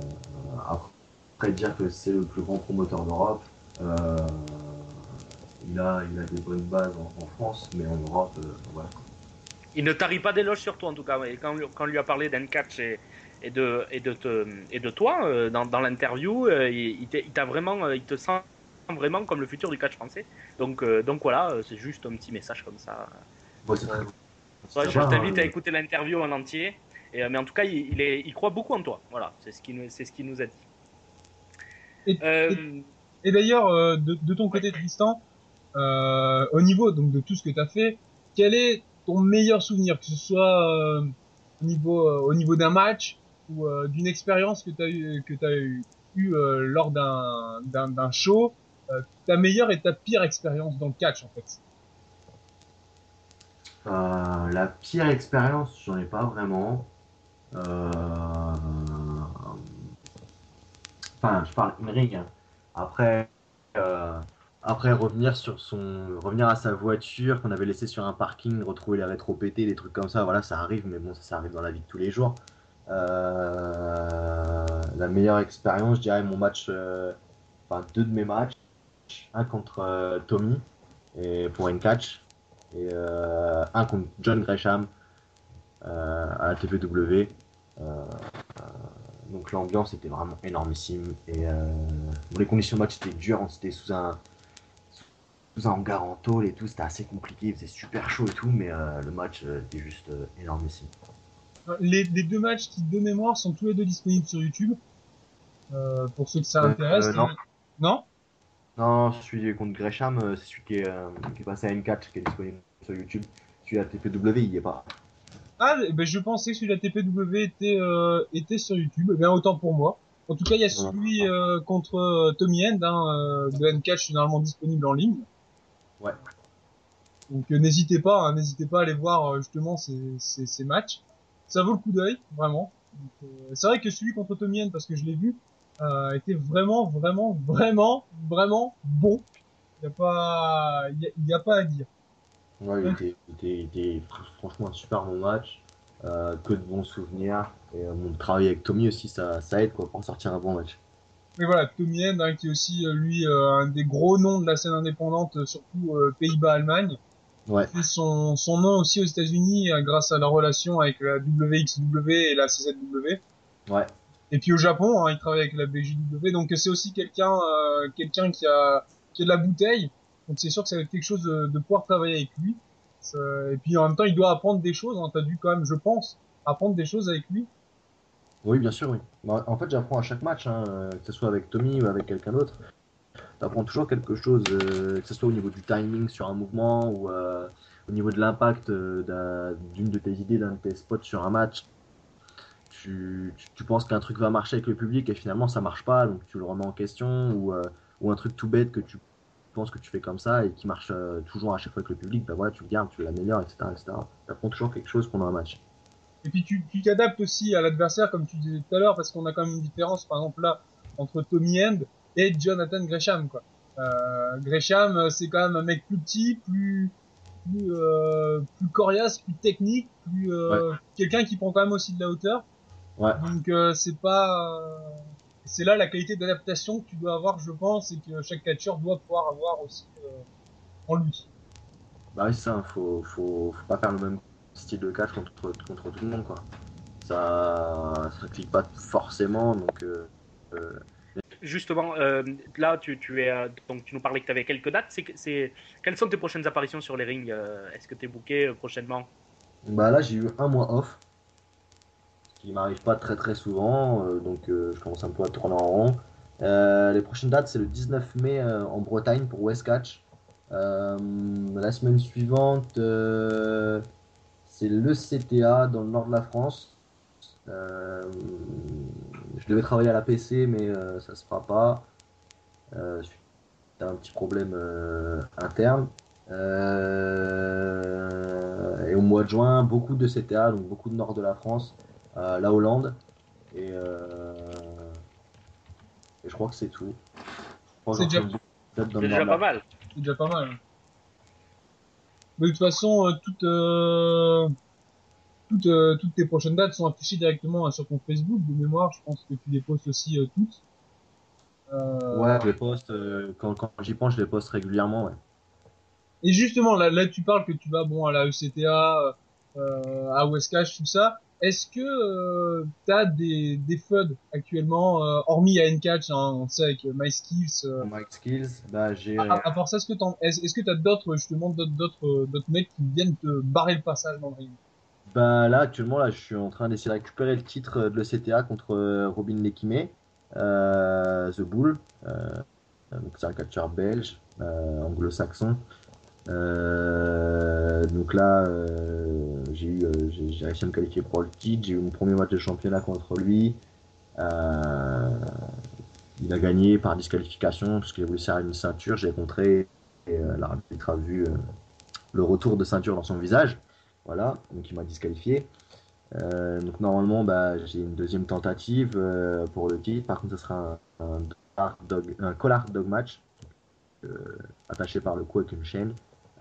après, dire que c'est le plus grand promoteur d'Europe, euh, il, a, il a des bonnes bases en, en France, mais en Europe, euh, voilà. Il ne tarit pas d'éloges sur toi en tout cas. Et quand, quand on lui a parlé d'N-Catch et, et, de, et, de te, et de toi euh, dans, dans l'interview, euh, il, il t'a vraiment, euh, il te sent vraiment comme le futur du catch français. Donc, euh, donc voilà, euh, c'est juste un petit message comme ça. Bon, c'est très Ouais, ça je va, t'invite hein, à écouter l'interview en entier. Et, euh, mais en tout cas, il, il, est, il croit beaucoup en toi. Voilà, c'est ce qu'il nous, c'est ce qu'il nous a dit. Et, et, Euh, et d'ailleurs, euh, de, de ton côté, Tristan, euh, au niveau donc de tout ce que tu as fait, quel est ton meilleur souvenir, que ce soit euh, au niveau euh, au niveau d'un match ou euh, d'une expérience que tu as eu que tu as eu, eu euh, lors d'un d'un d'un show, euh, ta meilleure et ta pire expérience dans le catch en fait. Euh, la pire expérience, j'en ai pas vraiment. Euh, Enfin, je parle in-ring. Hein. Après, euh, après revenir sur son, revenir à sa voiture qu'on avait laissée sur un parking, retrouver les rétros pétés, des trucs comme ça. Voilà, ça arrive, mais bon, ça, ça arrive dans la vie de tous les jours. Euh, la meilleure expérience, je dirais mon match, euh, enfin deux de mes matchs, un contre euh, Tommy et pour une catch et euh, un contre John Gresham euh, à la T V W. Euh, euh, donc l'ambiance était vraiment énormissime et euh, bon, les conditions de match étaient dures, on était sous un sous un hangar en tôle et tout, c'était assez compliqué, il faisait super chaud et tout, mais euh, le match euh, était juste euh, énormissime. Les, les deux matchs qui de mémoire sont tous les deux disponibles sur YouTube euh, pour ceux que ça Euh, intéresse. euh, non. Non Non, celui contre Gresham, euh, c'est celui qui est, euh, qui est passé à N quatre, qui est disponible sur YouTube. Celui à T P W, il y est pas. Ah, ben je pensais que celui de la T P W était euh, était sur YouTube. Eh bien autant pour moi. En tout cas, il y a Non, celui euh, contre euh, Tommy End, hein, euh, de N-Catch généralement disponible en ligne. ouais. Donc euh, n'hésitez pas, hein, n'hésitez pas à aller voir euh, justement ces, ces, ces matchs. Ça vaut le coup d'œil, vraiment. Donc, euh, c'est vrai que celui contre Tommy End, parce que je l'ai vu, euh, était vraiment, vraiment, vraiment, vraiment bon. Il y a pas, il y a, y a pas à dire. Ouais, il était, il était, il était franchement un super bon match. Euh, que de bons souvenirs. Et euh, mon travail avec Tommy aussi, ça, ça aide quoi, pour en sortir un bon match. Mais voilà, Tommy End, hein, qui est aussi euh, lui euh, un des gros noms de la scène indépendante, euh, surtout euh, Pays-Bas, Allemagne. Ouais. Il fait son, son nom aussi aux États-Unis euh, grâce à la relation avec la W X W et la C Z W. Ouais. Et puis au Japon, hein, il travaille avec la B J W. Donc c'est aussi quelqu'un euh, quelqu'un qui a, qui a de la bouteille. Donc c'est sûr que ça va être quelque chose de, de pouvoir travailler avec lui. Ça- et puis en même temps, il doit apprendre des choses. Hein. T'as dû quand même, je pense, apprendre des choses avec lui. Oui, bien sûr, oui. Bah, en fait, j'apprends à chaque match, hein, euh, que ce soit avec Tommy ou avec quelqu'un d'autre. Tu apprends toujours quelque chose, euh, que ce soit au niveau du timing sur un mouvement ou euh, au niveau de l'impact euh, d'un- d'une de tes idées, d'un de tes spots sur un match. Tu, tu, tu penses qu'un truc va marcher avec le public et finalement ça marche pas, donc tu le remets en question ou, euh, ou un truc tout bête que tu penses que tu fais comme ça et qui marche euh, toujours à chaque fois avec le public, bah voilà, tu le gardes, tu l'améliores, et cetera, et cetera. Tu apprends toujours quelque chose pendant un match. Et puis tu tu t'adaptes aussi à l'adversaire, comme tu disais tout à l'heure, parce qu'on a quand même une différence, par exemple là, entre Tommy End et Jonathan Gresham, quoi. Euh, Gresham, euh, c'est quand même un mec plus petit, plus plus euh, plus coriace, plus technique, plus Ouais, euh, quelqu'un qui prend quand même aussi de la hauteur. ouais. Donc euh, c'est pas euh, c'est là la qualité d'adaptation que tu dois avoir, je pense, et que chaque catcheur doit pouvoir avoir aussi euh, en lui. Bah oui, c'est ça, faut, faut, faut pas faire le même style de catch contre, contre tout le monde, quoi. Ça, ça clique pas forcément, donc euh, euh, Justement, euh, là, tu, tu es, euh, donc tu nous parlais que tu avais quelques dates. C'est, c'est, quelles sont tes prochaines apparitions sur les rings? euh, Est-ce que tu es booké euh, prochainement? bah là j'ai eu un mois off, ce qui m'arrive pas très très souvent, euh, donc euh, je commence un peu à tourner en rond. Euh, les prochaines dates c'est le dix-neuf mai euh, en Bretagne pour West Catch. Euh, la semaine suivante euh, c'est le C T A dans le nord de la France. Euh, je devais travailler à la P C mais euh, ça se fera pas. Euh, suite à un petit problème euh, interne. Euh, et au mois de juin, beaucoup de C T A, donc beaucoup de nord de la France, euh, la Hollande. Et, euh, et je crois que c'est tout. Je crois que C'est j'en fais déjà beaucoup de dates dans C'est le nord déjà de la pas France. mal. c'est déjà pas mal. Mais de toute façon, euh, toutes euh, toutes euh, toutes tes prochaines dates sont affichées directement hein, sur ton Facebook de mémoire. Je pense que tu les postes aussi euh, toutes. Ouais, Euh, je les poste, euh, quand, quand j'y pense, je les poste régulièrement. Ouais. Et justement, là, là, tu parles que tu vas bon à la E C T A, euh, à Westcash, tout ça. Est-ce que euh, t'as des des F U D actuellement, euh, hormis à N-Catch, hein, on sait avec euh, MySkills. Euh, Pour Mike Skills, bah, j'ai, à, euh, à part ça, est-ce que t'en, est-ce, est-ce que t'as d'autres, justement, d'autres d'autres euh, d'autres mecs qui viennent te barrer le passage dans le ring? bah, là actuellement, là, je suis en train d'essayer de récupérer le titre de l'E C T A contre euh, Robin Lekime, euh, The Bull. Euh, donc c'est un catcheur belge, euh, anglo-saxon. Euh, donc là, euh, j'ai eu, euh, j'ai j'ai réussi à me qualifier pour le titre. J'ai eu mon premier match de championnat contre lui. Euh, il a gagné par disqualification parce qu'il a voulu serrer une ceinture. J'ai contré et euh, l'arbitre a vu euh, le retour de ceinture dans son visage. Voilà, donc il m'a disqualifié. Euh, donc normalement, bah, j'ai une deuxième tentative euh, pour le titre. Par contre, ce sera un, un, dark dog, un collar dog match euh, attaché par le cou avec une chaîne.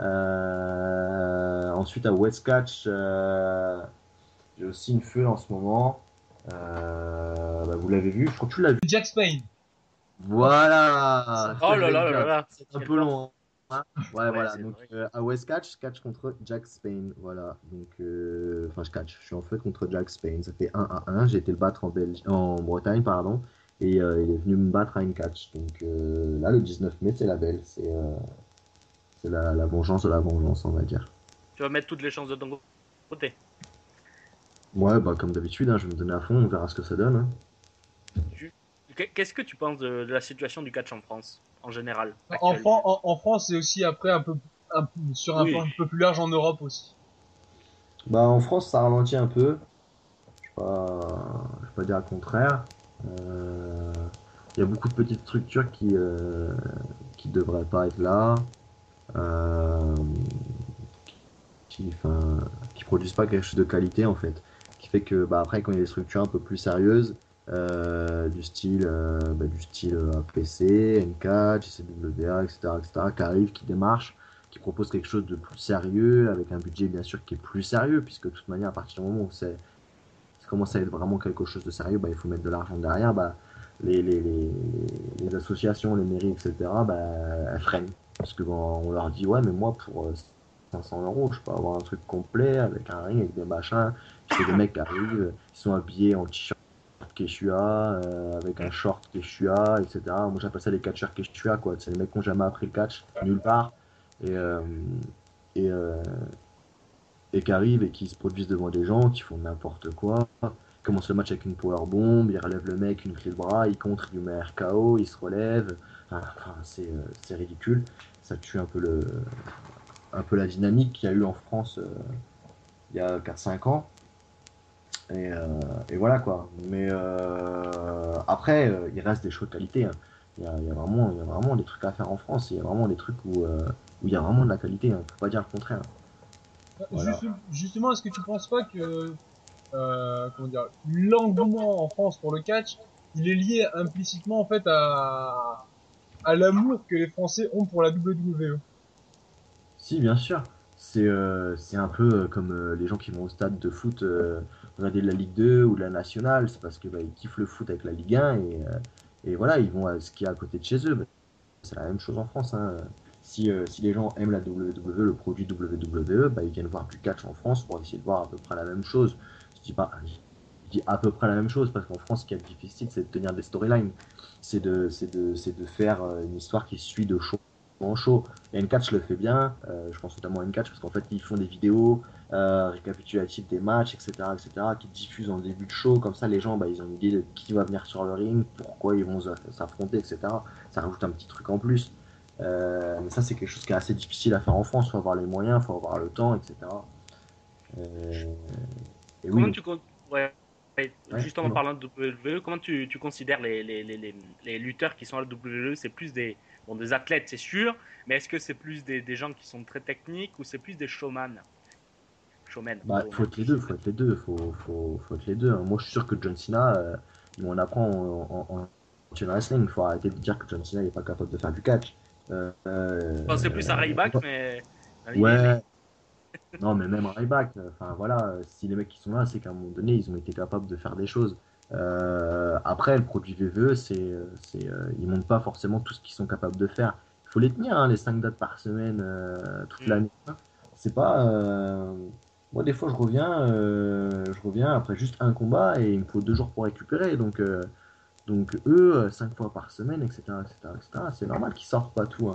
Euh, ensuite, à Westcatch, euh, j'ai aussi une feu en ce moment. Euh, bah, vous l'avez vu, je crois que tu l'as vu. Jack Spain. Voilà, c'est Oh ça que là j'allais là te là là dire. là. C'est un Quelle peu force. long, hein. Ouais, Ouais, voilà. c'est Donc vrai. euh, à Westcatch, je catch contre Jack Spain. Voilà. Donc, euh, enfin, je catch. Je suis en fait contre Jack Spain. Ça fait un à un. J'ai été le battre en Belgique, en Bretagne, pardon. Et euh, il est venu me battre à une catch. Donc euh, là, le dix-neuf mai, c'est la belle. C'est euh, c'est la, la vengeance de la vengeance, on va dire. Tu vas mettre toutes les chances de ton côté. Ouais, bah comme d'habitude, hein, je vais me donner à fond. On verra ce que ça donne, hein. Tu- Qu'est-ce que tu penses de, de la situation du catch en France, en général, En, actuelle? Fran- en, en France et aussi après un peu, un peu- sur un plan Oui. un peu plus large en Europe aussi. Bah en France, ça ralentit un peu. Je vais pas, je vais pas dire le contraire. Euh, Il y a beaucoup de petites structures qui euh, qui devraient pas être là, euh, qui, enfin, qui produisent pas quelque chose de qualité en fait, qui fait que bah, après quand il y a des structures un peu plus sérieuses, euh, du style, euh, bah, du style euh, A P C, N quatre, J C W A, et cetera, et cetera, qui arrivent, qui démarchent, qui proposent quelque chose de plus sérieux, avec un budget bien sûr qui est plus sérieux, puisque de toute manière à partir du moment où c'est ça commence à être vraiment quelque chose de sérieux, bah, il faut mettre de l'argent derrière. Bah, les, les, les, les associations, les mairies, et cetera, bah, elles freinent. Parce que quand on leur dit, ouais, mais moi, pour, cinq cents euros. Je peux avoir un truc complet avec un ring, avec des machins. C'est des mecs qui arrivent, ils sont habillés en t-shirt Quechua, euh, avec un short Quechua, et cetera. Moi j'appelle ça les catcheurs Quechua, quoi. C'est les mecs qui n'ont jamais appris le catch, nulle part. Et, euh, et, euh, et qui arrivent et qui se produisent devant des gens, qui font n'importe quoi. Ils commencent le match avec une powerbomb, ils relèvent le mec, une clé de bras, ils contre, ils lui met R K O, il se relève. Enfin, enfin, c'est, euh, c'est ridicule. Ça tue un peu, le, un peu la dynamique qu'il y a eu en France euh, il y a quatre cinq ans. Et, euh, et voilà quoi. Mais euh, après, euh, il reste des shows de qualité. Hein. Il, y a, il, y a vraiment, il y a vraiment des trucs à faire en France. Il y a vraiment des trucs où, euh, où il y a vraiment de la qualité. Hein. Faut pas dire le contraire. Voilà. Juste, justement, est-ce que tu penses pas que euh, comment dire, l'engouement en France pour le catch, il est lié implicitement en fait à, à l'amour que les Français ont pour la W W E? Si, bien sûr. C'est euh, c'est un peu comme euh, les gens qui vont au stade de foot euh, regarder de la Ligue deux ou de la Nationale. C'est parce que bah, ils kiffent le foot avec la Ligue un et, euh, et voilà, ils vont à ce qu'il y a à côté de chez eux. Bah, c'est la même chose en France. Hein. Si, euh, si les gens aiment la W W E, le produit W W E, bah, ils viennent voir du catch en France pour essayer de voir à peu près la même chose. Je dis pas, je dis à peu près la même chose parce qu'en France, ce qui est difficile, c'est de tenir des storylines. C'est de, c'est de, c'est de faire une histoire qui suit de show en show. Et N-Catch le fait bien, euh, je pense notamment à N-Catch parce qu'en fait ils font des vidéos euh, récapitulatives des matchs, et cetera, et cetera, qui diffusent en début de show, comme ça les gens bah, ils ont une idée de qui va venir sur le ring, pourquoi ils vont s'affronter, et cetera. Ça rajoute un petit truc en plus. Euh, mais ça c'est quelque chose qui est assez difficile à faire en France, il faut avoir les moyens, il faut avoir le temps, et cetera. Euh, et comment oui, tu comptes ouais, ouais, ouais, justement en non. parlant de W W E, comment tu, tu considères les, les, les, les, les lutteurs qui sont à la W W E? C'est plus des, bon, des athlètes, c'est sûr, mais est-ce que c'est plus des, des gens qui sont très techniques ou c'est plus des showman? Showman, Bah, faut showman. être les deux, faut être les deux, faut, faut, faut être les deux. Hein. Moi, je suis sûr que John Cena, euh, il m'en apprend en, en, en chain wrestling. Faut arrêter de dire que John Cena n'est pas capable de faire du catch. Euh, Je pensais plus à Ryback, euh, mais dans l'idée, mais ouais, non, mais même Ryback, enfin voilà, si les mecs qui sont là, c'est qu'à un moment donné, ils ont été capables de faire des choses. Euh, après, le produit V V E, c'est, c'est, euh, ils montrent pas forcément tout ce qu'ils sont capables de faire. Il faut les tenir, hein, les cinq dates par semaine, euh, toute hmm. l'année. C'est pas. Euh... Moi, des fois, je reviens, euh, je reviens après juste un combat et il me faut deux jours pour récupérer. Donc, euh, donc eux, cinq fois par semaine, et cetera, et cetera, et cetera. C'est normal qu'ils sortent pas tout. Hein.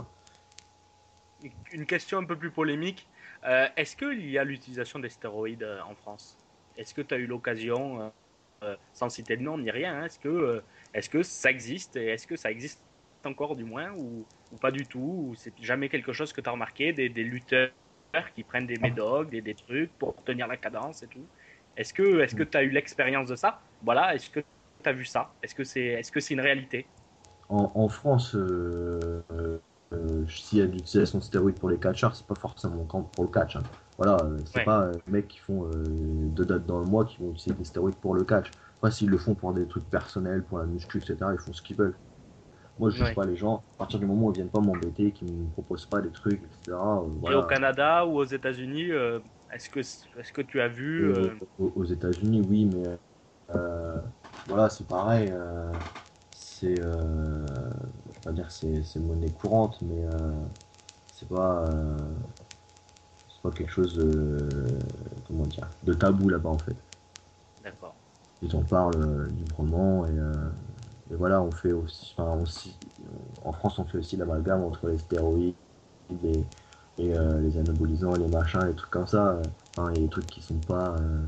Une question un peu plus polémique. Euh, est-ce qu'il y a l'utilisation des stéroïdes euh, en France? Est-ce que tu as eu l'occasion, euh, euh, sans citer de nom ni rien, hein, est-ce que, euh, est-ce que ça existe et est-ce que ça existe encore du moins ou, ou pas du tout? Ou c'est jamais quelque chose que tu as remarqué, des, des lutteurs qui prennent des médocs, des, des trucs pour tenir la cadence et tout? Est-ce que est-ce que tu as eu l'expérience de ça? Voilà, est-ce que tu as vu ça? Est-ce que c'est est-ce que c'est une réalité? En, en France, euh, euh, euh, s'il y a de l'utilisation de stéroïdes pour les catcheurs, c'est pas forcément pour le catch. Hein. Voilà, euh, c'est Ouais. pas euh, les mecs qui font euh, deux dates dans le mois qui vont utiliser des stéroïdes pour le catch. Après, s'ils le font pour des trucs personnels, pour la muscu, et cetera, ils font ce qu'ils veulent. Moi, je juge Ouais. pas les gens. À partir du moment où ils viennent pas m'embêter, qu'ils me proposent pas des trucs, et cetera. Euh, Et voilà. au Canada ou aux États-Unis, euh, est-ce que est-ce que tu as vu Euh, euh, aux, aux États-Unis, oui, mais euh, voilà, c'est pareil. Euh, c'est, euh, je vais pas dire que c'est, c'est monnaie courante, mais euh, c'est pas, euh, c'est pas quelque chose, euh, comment dire, de tabou là-bas en fait. D'accord. Ils en parlent euh, librement et, euh, et voilà, on fait aussi, enfin, on, en France, on fait aussi l'amalgame entre les stéroïdes et, et euh, les anabolisants, les machins, les trucs comme ça. Enfin, il y a des trucs qui sont pas. Euh,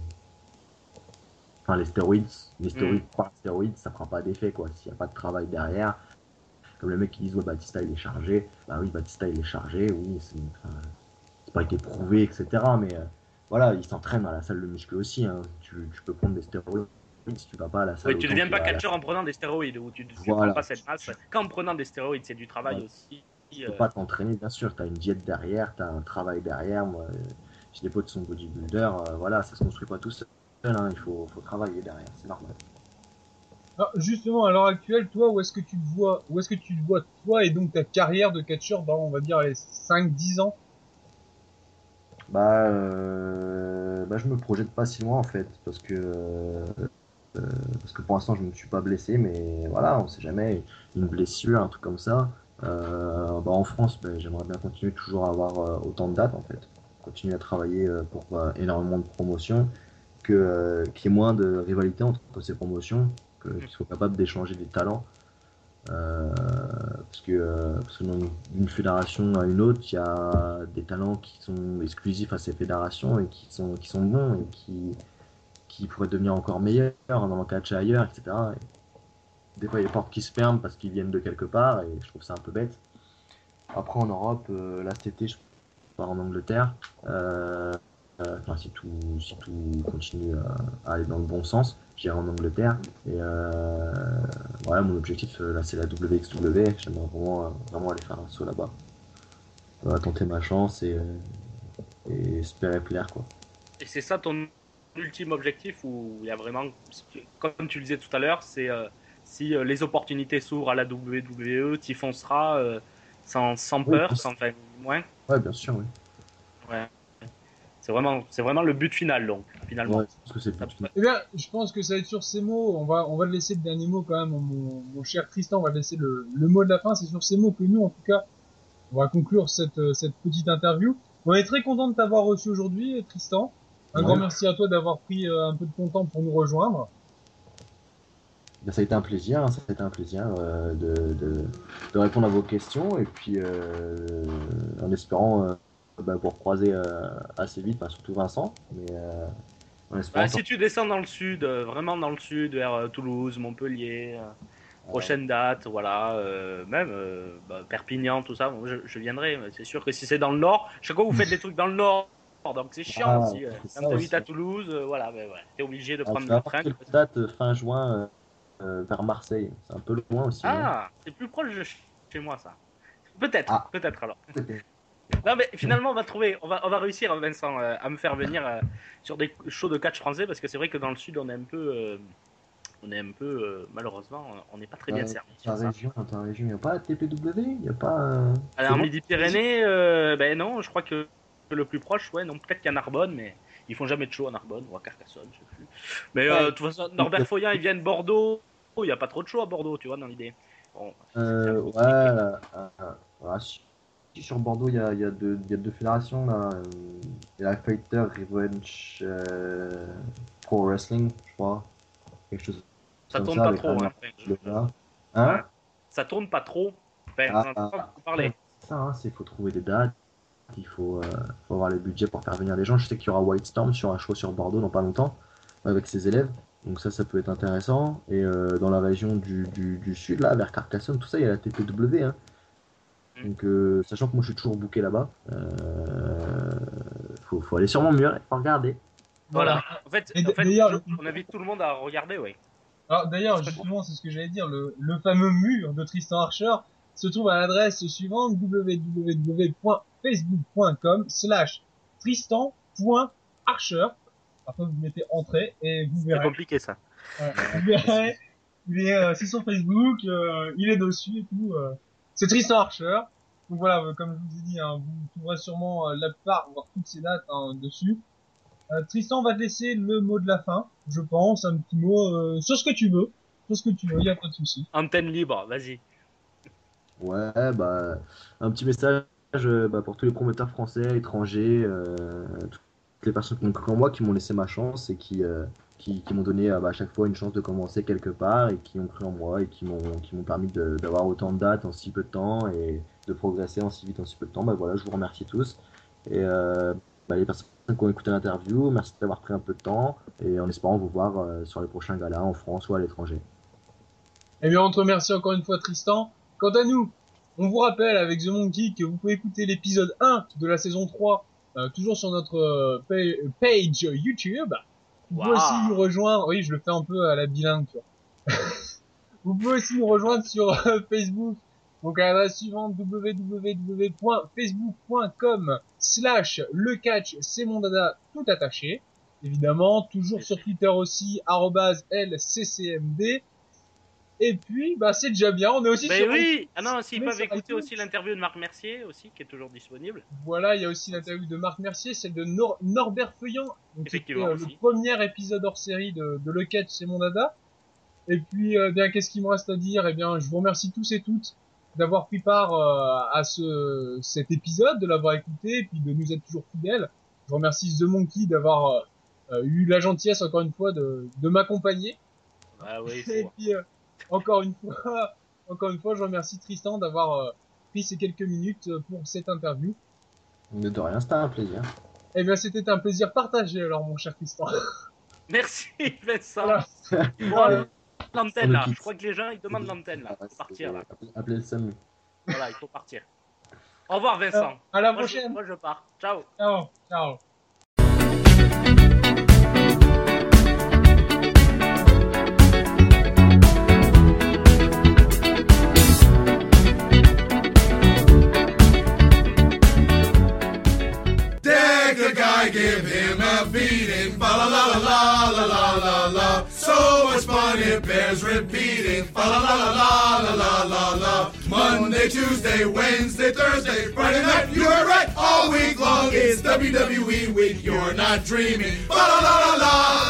Enfin, les stéroïdes, les stéroïdes Mm. par stéroïdes, ça prend pas d'effet quoi. S'il n'y a pas de travail derrière, comme les mecs qui disent ouais, Batista il est chargé, bah oui, Batista il est chargé, oui, c'est enfin, c'est pas été prouvé, et cetera. Mais euh, voilà, il s'entraîne à la salle de muscu aussi. Hein. Tu, tu peux prendre des stéroïdes si tu vas pas à la salle Oui, tu ne autant deviens que pas à la... catcheur en prenant des stéroïdes ou tu ne prends Voilà, pas cette tu, masse. tu, Qu'en prenant des stéroïdes, c'est du travail voilà, aussi. tu peux Euh, pas t'entraîner, bien sûr. Tu as une diète derrière, tu as un travail derrière. Moi, euh, j'ai des potes qui sont bodybuilders, euh, voilà, ça se construit pas tout seul. Hein. Il faut, faut travailler derrière, c'est normal. Alors, justement, à l'heure actuelle, toi, où est-ce que tu te vois, où est-ce que tu te vois, toi, et donc ta carrière de catcheur dans, on va dire, les cinq dix ans? Bah, euh, bah, je me projette pas si loin en fait, parce que, euh, parce que pour l'instant je me suis pas blessé, mais voilà, on sait jamais, une blessure, un truc comme ça, Euh, bah, en France, bah, j'aimerais bien continuer toujours à avoir euh, autant de dates en fait. Continuer à travailler euh, pour euh, énormément de promotions, que, euh, qu'il y ait moins de rivalité entre ces promotions, que, qu'ils soient capables d'échanger des talents. Euh, parce que, euh, parce que dans une, d'une fédération à une autre, il y a des talents qui sont exclusifs à ces fédérations et qui sont, qui sont bons et qui, qui pourraient devenir encore meilleurs dans le catch ailleurs, et cetera. Et des fois, il y a des portes qui se ferment parce qu'ils viennent de quelque part et je trouve ça un peu bête. Après, en Europe, euh, là cet été, je pars en Angleterre. Euh, euh, enfin, si tout, si tout continue à, à aller dans le bon sens, j'irai en Angleterre. Et euh, voilà, mon objectif, euh, là, c'est la W X W. J'aimerais vraiment, euh, vraiment aller faire un saut là-bas. Euh, tenter ma chance et, euh, et espérer plaire, quoi. Et c'est ça ton ultime objectif où il y a vraiment, comme tu le disais tout à l'heure, c'est euh, si euh, les opportunités s'ouvrent à la W W E, tu y fonceras euh, sans, sans Oui, peur, bien sans enfin, moins. Ouais, bien sûr, oui. Ouais. C'est vraiment, c'est vraiment le but final, donc, finalement. Ouais, je pense que c'est le but final. Eh bien, je pense que ça va être sur ces mots. On va, on va le laisser le dernier mot quand même, mon, mon cher Tristan. On va laisser le, le mot de la fin. C'est sur ces mots que nous, en tout cas, on va conclure cette, cette petite interview. On est très content de t'avoir reçu aujourd'hui, Tristan. Un Ouais. grand merci à toi d'avoir pris euh, un peu de ton temps pour nous rejoindre. Ben, ça a été un plaisir, hein, ça a été un plaisir euh, de, de, de répondre à vos questions et puis euh, en espérant euh, bah, vous recroiser euh, assez vite, bah, surtout Vincent, mais euh, en espérant Bah, si tu descends dans le sud, euh, vraiment dans le sud, vers euh, Toulouse, Montpellier, euh, prochaine date, voilà, euh, même euh, bah, Perpignan, tout ça, bon, je, je viendrai. Mais c'est sûr que si c'est dans le nord, chaque fois vous faites des trucs dans le nord, donc c'est chiant Ah, aussi. euh. c'est Quand ça tu habites aussi. à Toulouse, euh, voilà, ben, ouais, t'es obligé de Ah, prendre tu vas le avoir train. quelques dates euh, fin juin euh, euh, vers Marseille, c'est un peu loin aussi, non? Ah, c'est plus proche de chez moi, ça. Peut-être, Ah, peut-être alors. peut-être. Non, mais finalement, on va trouver, on va, on va réussir, Vincent, euh, à me faire venir euh, sur des shows de catch français parce que c'est vrai que dans le sud, on est un peu, euh, on est un peu, euh, malheureusement, on n'est pas très bien Euh, servi ta sur ça. région, dans ta région, il n'y a pas T P W, il n'y a pas. Euh... c'est Alors, loin? Midi-Pyrénées, euh, ben non, je crois que le plus proche, ouais, non, peut-être qu'à Narbonne, mais ils font jamais de show à Narbonne ou à Carcassonne, je sais plus. Mais euh, de Ouais. toute façon, Norbert Foyan, il vient de Bordeaux, il n'y a pas trop de show à Bordeaux, tu vois, dans l'idée. Bon, c'est un Euh, peu ouais, compliqué. euh, euh, voilà, si- si sur Bordeaux, il y a, il y, a deux- il y a deux fédérations là. euh, Il y a la Fighter Revenge euh, Pro Wrestling, je crois. Quelque chose Ça comme tourne ça pas avec trop, Ryan hein. Enfin, je- le gars. ouais. Hein? Ça tourne pas trop. Enfin, Ah, on entend ah, pas beaucoup ouais, parler. c'est ça, hein, c'est faut trouver des dates, il faut, euh, faut avoir le budget pour faire venir des gens. Je sais qu'il y aura White Storm sur un show sur Bordeaux dans pas longtemps avec ses élèves. Donc ça, ça peut être intéressant. Et euh, dans la région du, du, du sud, là, vers Carcassonne, tout ça, il y a la T P W. Hein. Mm. Donc, euh, sachant que moi je suis toujours booké là-bas, euh, faut, faut aller sur mon mur et faut regarder. Voilà. En fait, Et en d- fait d'ailleurs, je- le- on invite tout le monde à regarder, oui. alors, d'ailleurs, justement, c'est ce que j'allais dire, le, le fameux mur de Tristan Archer se trouve à l'adresse suivante, www.facebook.com slash tristan.archer. Après, vous mettez entrée et vous C'est verrez. compliqué, ça. Ouais, vous verrez. Il est, euh, c'est sur Facebook, euh, il est dessus et tout. Euh. C'est Tristan Archer. Donc voilà, euh, comme je vous ai dit, hein, vous trouverez sûrement euh, la plupart, voire toutes ces dates hein, dessus. Euh, Tristan, on va te laisser le mot de la fin, je pense, un petit mot euh, sur ce que tu veux, sur ce que tu veux, il y a pas de souci. Antenne libre, vas-y. Ouais, bah, un petit message euh, bah, pour tous les promoteurs français, étrangers, euh, toutes les personnes qui ont cru en moi, qui m'ont laissé ma chance et qui, euh, qui, qui m'ont donné euh, bah, à chaque fois une chance de commencer quelque part et qui ont cru en moi et qui m'ont qui m'ont permis de- d'avoir autant de dates en si peu de temps et de progresser en si vite en si peu de temps. Bah voilà, je vous remercie tous. Et euh, bah, les personnes qui ont écouté l'interview, merci d'avoir pris un peu de temps et en espérant vous voir euh, sur les prochains galas en France ou à l'étranger. Eh bien, on te remercie encore une fois, Tristan. Quant à nous, on vous rappelle avec The Monkey que vous pouvez écouter l'épisode un de la saison trois, euh, toujours sur notre euh, pa- page YouTube. Vous pouvez Waouh. aussi nous rejoindre, oui, je le fais un peu à la bilingue, tu vois. Vous pouvez aussi nous rejoindre sur euh, Facebook. Donc à l'adresse suivante www.facebook.com slash le catch c'est mon dada tout attaché. Évidemment, toujours sur Twitter aussi, arrobase lccmd. Et puis, bah c'est déjà bien, on est aussi Ben sur oui. Ah non, on s'ils est peuvent sur écouter iTunes. aussi l'interview de Marc Mercier, aussi, qui est toujours disponible. Voilà, il y a aussi l'interview de Marc Mercier, celle de Nor- Norbert Feuillant, donc qui était Effectivement, euh, le aussi. premier épisode hors série de, de Le Catch c'est mon dada. Et puis, euh, bien, qu'est-ce qu'il me reste à dire? Eh bien, je vous remercie tous et toutes d'avoir pris part euh, à ce cet épisode, de l'avoir écouté, et puis de nous être toujours fidèles. Je remercie The Monkey d'avoir euh, eu la gentillesse encore une fois de, de m'accompagner. Ah oui, Et faut... puis euh, encore une fois, encore une fois, je remercie Tristan d'avoir euh, pris ces quelques minutes pour cette interview. Mais de rien, c'était un plaisir. Eh bien, c'était un plaisir partagé alors, mon cher Tristan. Merci Vincent. Voilà. Bon, l'antenne là, quitte. je crois que les gens ils demandent l'antenne là, faut partir là. Appelez le SAMU. Voilà, il faut partir. Au revoir Vincent. À la Moi, je, prochaine. moi je pars. Ciao. Ciao, ciao. Deck the guy, give him a beating. Fa la la la la la la la. So much fun it bears repeating. Fa la la la la la la la. Monday, Tuesday, Wednesday, Thursday, Friday night. You are right. All week long it's W W E week. You're not dreaming. Fa la la la la.